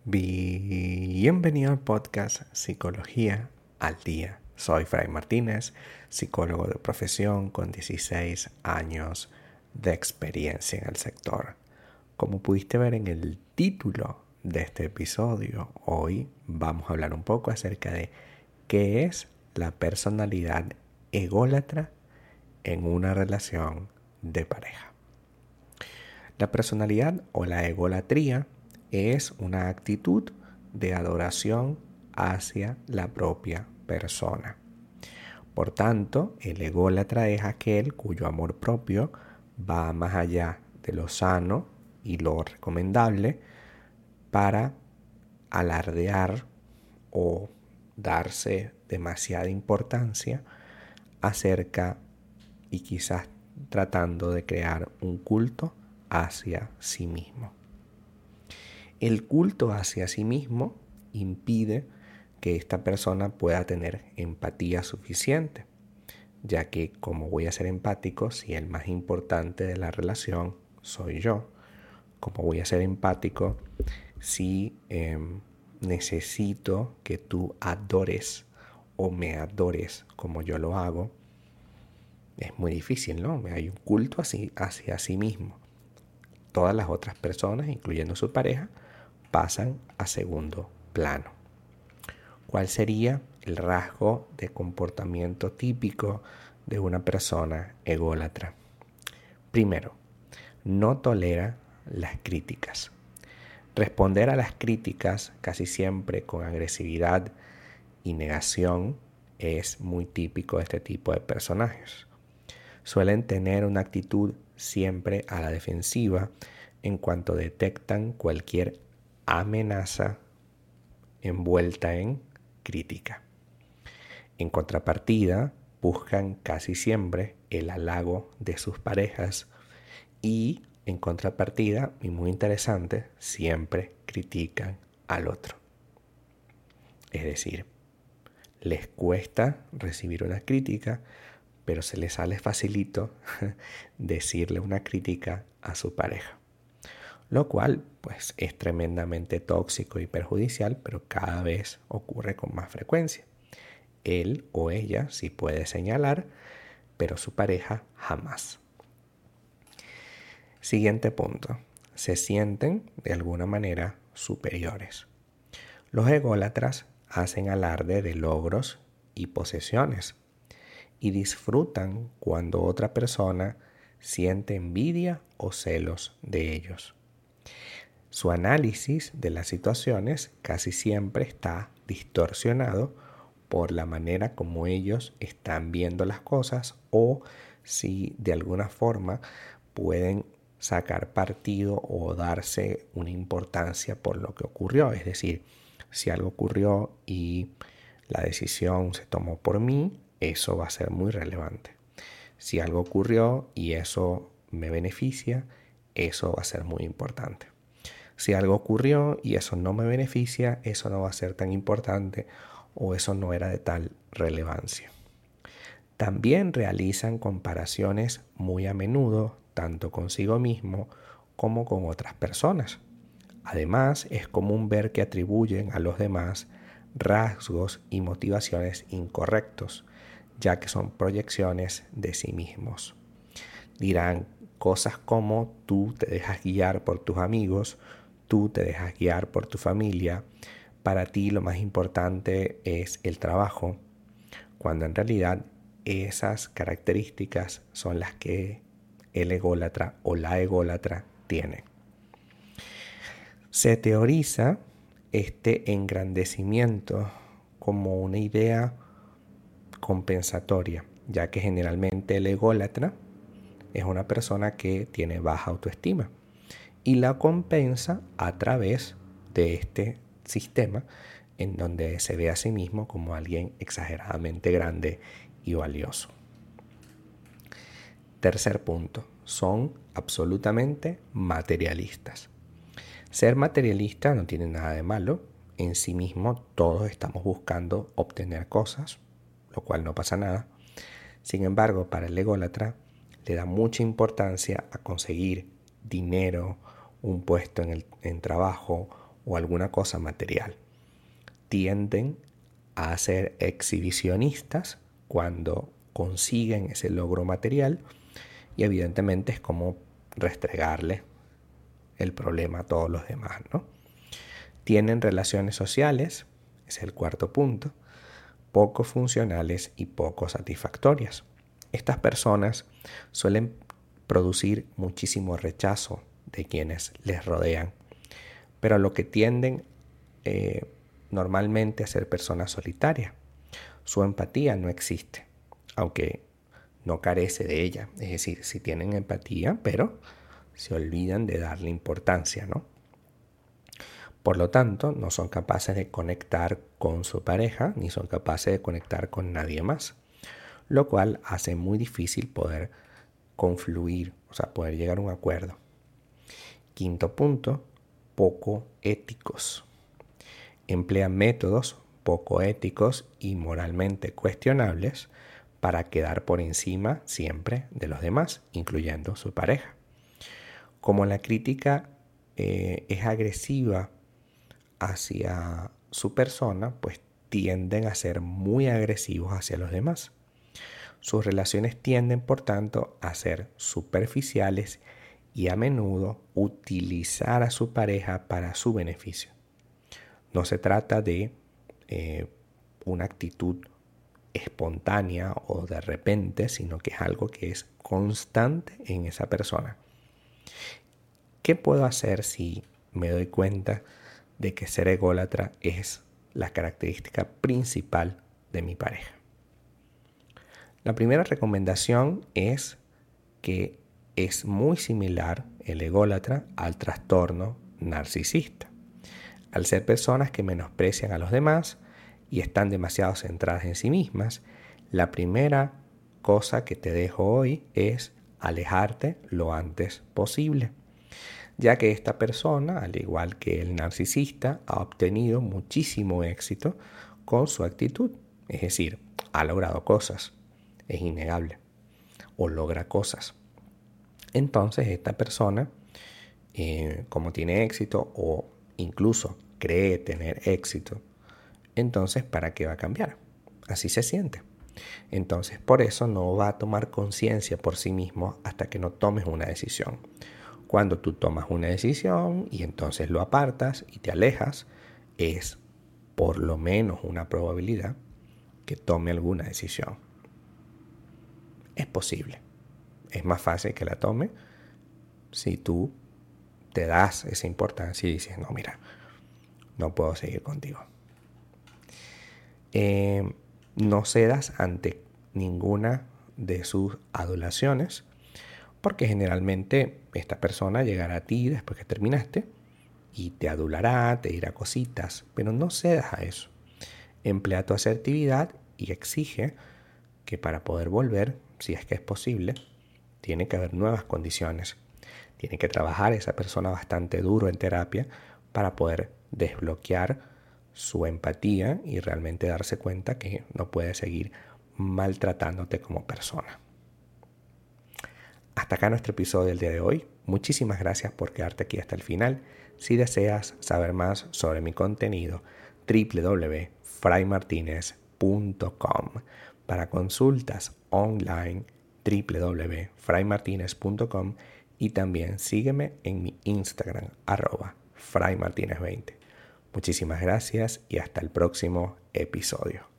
Bienvenido al podcast Psicología al Día. Soy Fray Martínez, psicólogo de profesión con 16 años de experiencia en el sector. Como pudiste ver en el título de este episodio, hoy vamos a hablar un poco acerca de qué es la personalidad ególatra en una relación de pareja. La personalidad o la egolatría es una actitud de adoración hacia la propia persona. Por tanto, el ególatra es aquel cuyo amor propio va más allá de lo sano y lo recomendable para alardear o darse demasiada importancia acerca y quizás tratando de crear un culto hacia sí mismo. El culto hacia sí mismo impide que esta persona pueda tener empatía suficiente, ya que como voy a ser empático si el más importante de la relación soy yo? ¿Cómo voy a ser empático si necesito que tú adores o me adores como yo lo hago? Es muy difícil, ¿no? Hay un culto hacia sí mismo. Todas las otras personas, incluyendo su pareja, pasan a segundo plano. ¿Cuál sería el rasgo de comportamiento típico de una persona ególatra? Primero, no tolera las críticas. Responder a las críticas casi siempre con agresividad y negación es muy típico de este tipo de personajes. Suelen tener una actitud siempre a la defensiva en cuanto detectan cualquier amenaza envuelta en crítica. En contrapartida, buscan casi siempre el halago de sus parejas y, en contrapartida, y muy interesante, siempre critican al otro. Es decir, les cuesta recibir una crítica, pero se les sale facilito decirle una crítica a su pareja. Lo cual pues es tremendamente tóxico y perjudicial, pero cada vez ocurre con más frecuencia. Él o ella sí puede señalar, pero su pareja jamás. Siguiente punto. Se sienten de alguna manera superiores. Los ególatras hacen alarde de logros y posesiones y disfrutan cuando otra persona siente envidia o celos de ellos. Su análisis de las situaciones casi siempre está distorsionado por la manera como ellos están viendo las cosas o si de alguna forma pueden sacar partido o darse una importancia por lo que ocurrió. Es decir, si algo ocurrió y la decisión se tomó por mí, eso va a ser muy relevante. Si algo ocurrió y eso me beneficia, eso va a ser muy importante. Si algo ocurrió y eso no me beneficia, eso no va a ser tan importante o eso no era de tal relevancia. También realizan comparaciones muy a menudo, tanto consigo mismo como con otras personas. Además, es común ver que atribuyen a los demás rasgos y motivaciones incorrectos, ya que son proyecciones de sí mismos. Dirán cosas como tú te dejas guiar por tus amigos, tú te dejas guiar por tu familia, para ti lo más importante es el trabajo, cuando en realidad esas características son las que el ególatra o la ególatra tiene. Se teoriza este engrandecimiento como una idea compensatoria, ya que generalmente el ególatra es una persona que tiene baja autoestima y la compensa a través de este sistema en donde se ve a sí mismo como alguien exageradamente grande y valioso. Tercer punto, son absolutamente materialistas. Ser materialista no tiene nada de malo. En sí mismo todos estamos buscando obtener cosas, lo cual no pasa nada. Sin embargo, para el ególatra le da mucha importancia a conseguir dinero, un puesto en trabajo o alguna cosa material. Tienden a ser exhibicionistas cuando consiguen ese logro material y evidentemente es como restregarle el problema a todos los demás, ¿no? Tienen relaciones sociales, es el cuarto punto, poco funcionales y poco satisfactorias. Estas personas suelen producir muchísimo rechazo de quienes les rodean, pero lo que tienden normalmente a ser personas solitarias. Su empatía no existe, aunque no carece de ella. Es decir, sí tienen empatía, pero se olvidan de darle importancia, ¿no? Por lo tanto, no son capaces de conectar con su pareja, ni son capaces de conectar con nadie más, lo cual hace muy difícil poder confluir, o sea, poder llegar a un acuerdo. Quinto punto, poco éticos. Emplean métodos poco éticos y moralmente cuestionables para quedar por encima siempre de los demás, incluyendo su pareja. Como la crítica es agresiva hacia su persona, pues tienden a ser muy agresivos hacia los demás. Sus relaciones tienden, por tanto, a ser superficiales y a menudo utilizar a su pareja para su beneficio. No se trata de una actitud espontánea o de repente, sino que es algo que es constante en esa persona. ¿Qué puedo hacer si me doy cuenta de que ser ególatra es la característica principal de mi pareja? La primera recomendación es que es muy similar el ególatra al trastorno narcisista. Al ser personas que menosprecian a los demás y están demasiado centradas en sí mismas, la primera cosa que te dejo hoy es alejarte lo antes posible, ya que esta persona, al igual que el narcisista, ha obtenido muchísimo éxito con su actitud. Es decir, ha logrado cosas, es innegable, o logra cosas. Entonces esta persona, como tiene éxito o incluso cree tener éxito, entonces ¿para qué va a cambiar? Así se siente. Entonces por eso no va a tomar conciencia por sí mismo hasta que no tomes una decisión. Cuando tú tomas una decisión y entonces lo apartas y te alejas, es por lo menos una probabilidad que tome alguna decisión. Es posible. Es más fácil que la tome si tú te das esa importancia y dices, no, mira, no puedo seguir contigo. No cedas ante ninguna de sus adulaciones, porque generalmente esta persona llegará a ti después que terminaste y te adulará, te dirá cositas, pero no cedas a eso. Emplea tu asertividad y exige que para poder volver, si es que es posible, tiene que haber nuevas condiciones. Tiene que trabajar esa persona bastante duro en terapia para poder desbloquear su empatía y realmente darse cuenta que no puede seguir maltratándote como persona. Hasta acá nuestro episodio del día de hoy. Muchísimas gracias por quedarte aquí hasta el final. Si deseas saber más sobre mi contenido, www.fraymartinez.com. Para consultas online, www.fraymartinez.com, y también sígueme en mi Instagram, @fraymartinez20. Muchísimas gracias y hasta el próximo episodio.